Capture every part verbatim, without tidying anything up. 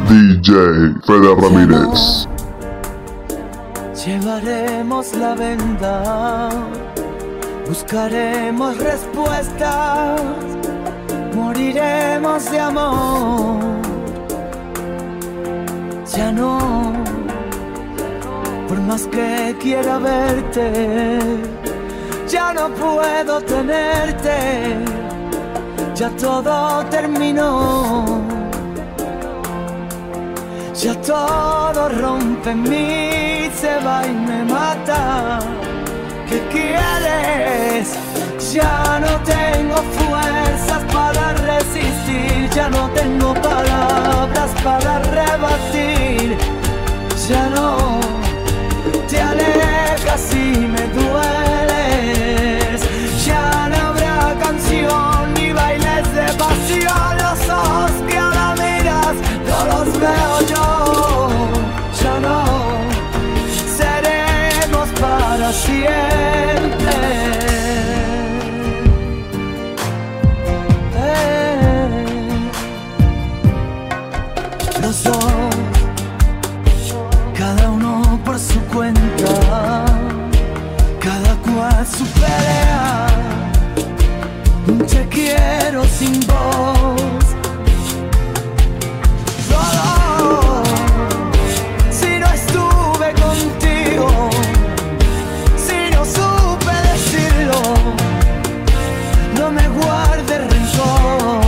D J Fede Ramírez. Llevaremos la venda, buscaremos respuestas, moriremos de amor. Ya no, por más que quiera verte, ya no puedo tenerte, ya todo terminó. Ya todo rompe en mí, se va y me mata. ¿Qué quieres? Ya no tengo fuerzas para resistir, ya no tengo palabras para rebatir. Ya no, te alejas y me dueles. Ya no habrá canción ni bailes de pasión. Los ojos que ahora miras no los veo yo. Ya no seremos para siempre. Eh, los dos, cada uno por su cuenta, cada cual su pelea. Te quiero sin voz. Solo si no estuve contigo, si no supe decirlo, no me guardes rencor.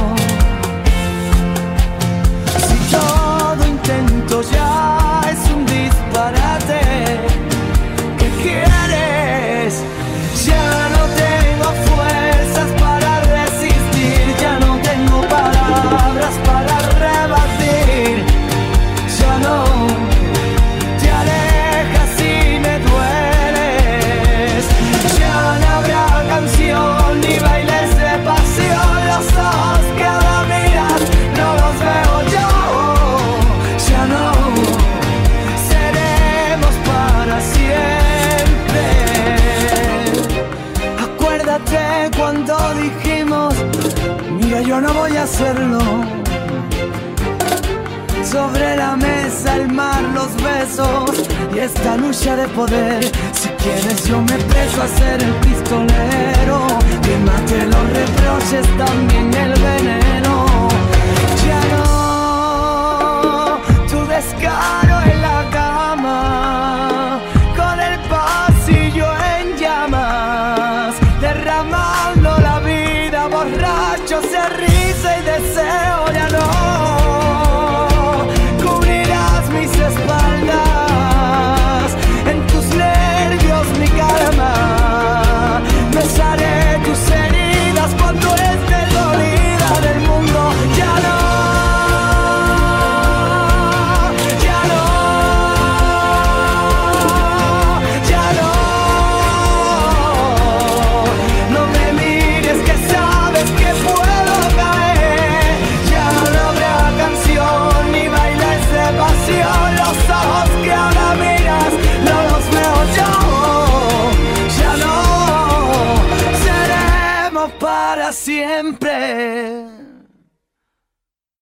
Si todo intento ya es un disparate, ¿qué quieres? Ya no tengo fuerzas para resistir, ya no tengo palabras para rebatir. Ya no, te alejas y me dueles. Ya no habrá canción ni bailes de pasión. Los ojos que ahora miras no los veo yo. Ya no seremos para siempre. Acuérdate cuando dijimos, mira, yo no voy a hacerlo. Sobre la mesa el mar, los besos y esta lucha de poder. Si quieres yo me presto a ser el pistolero, que mate los reproches, también el veneno.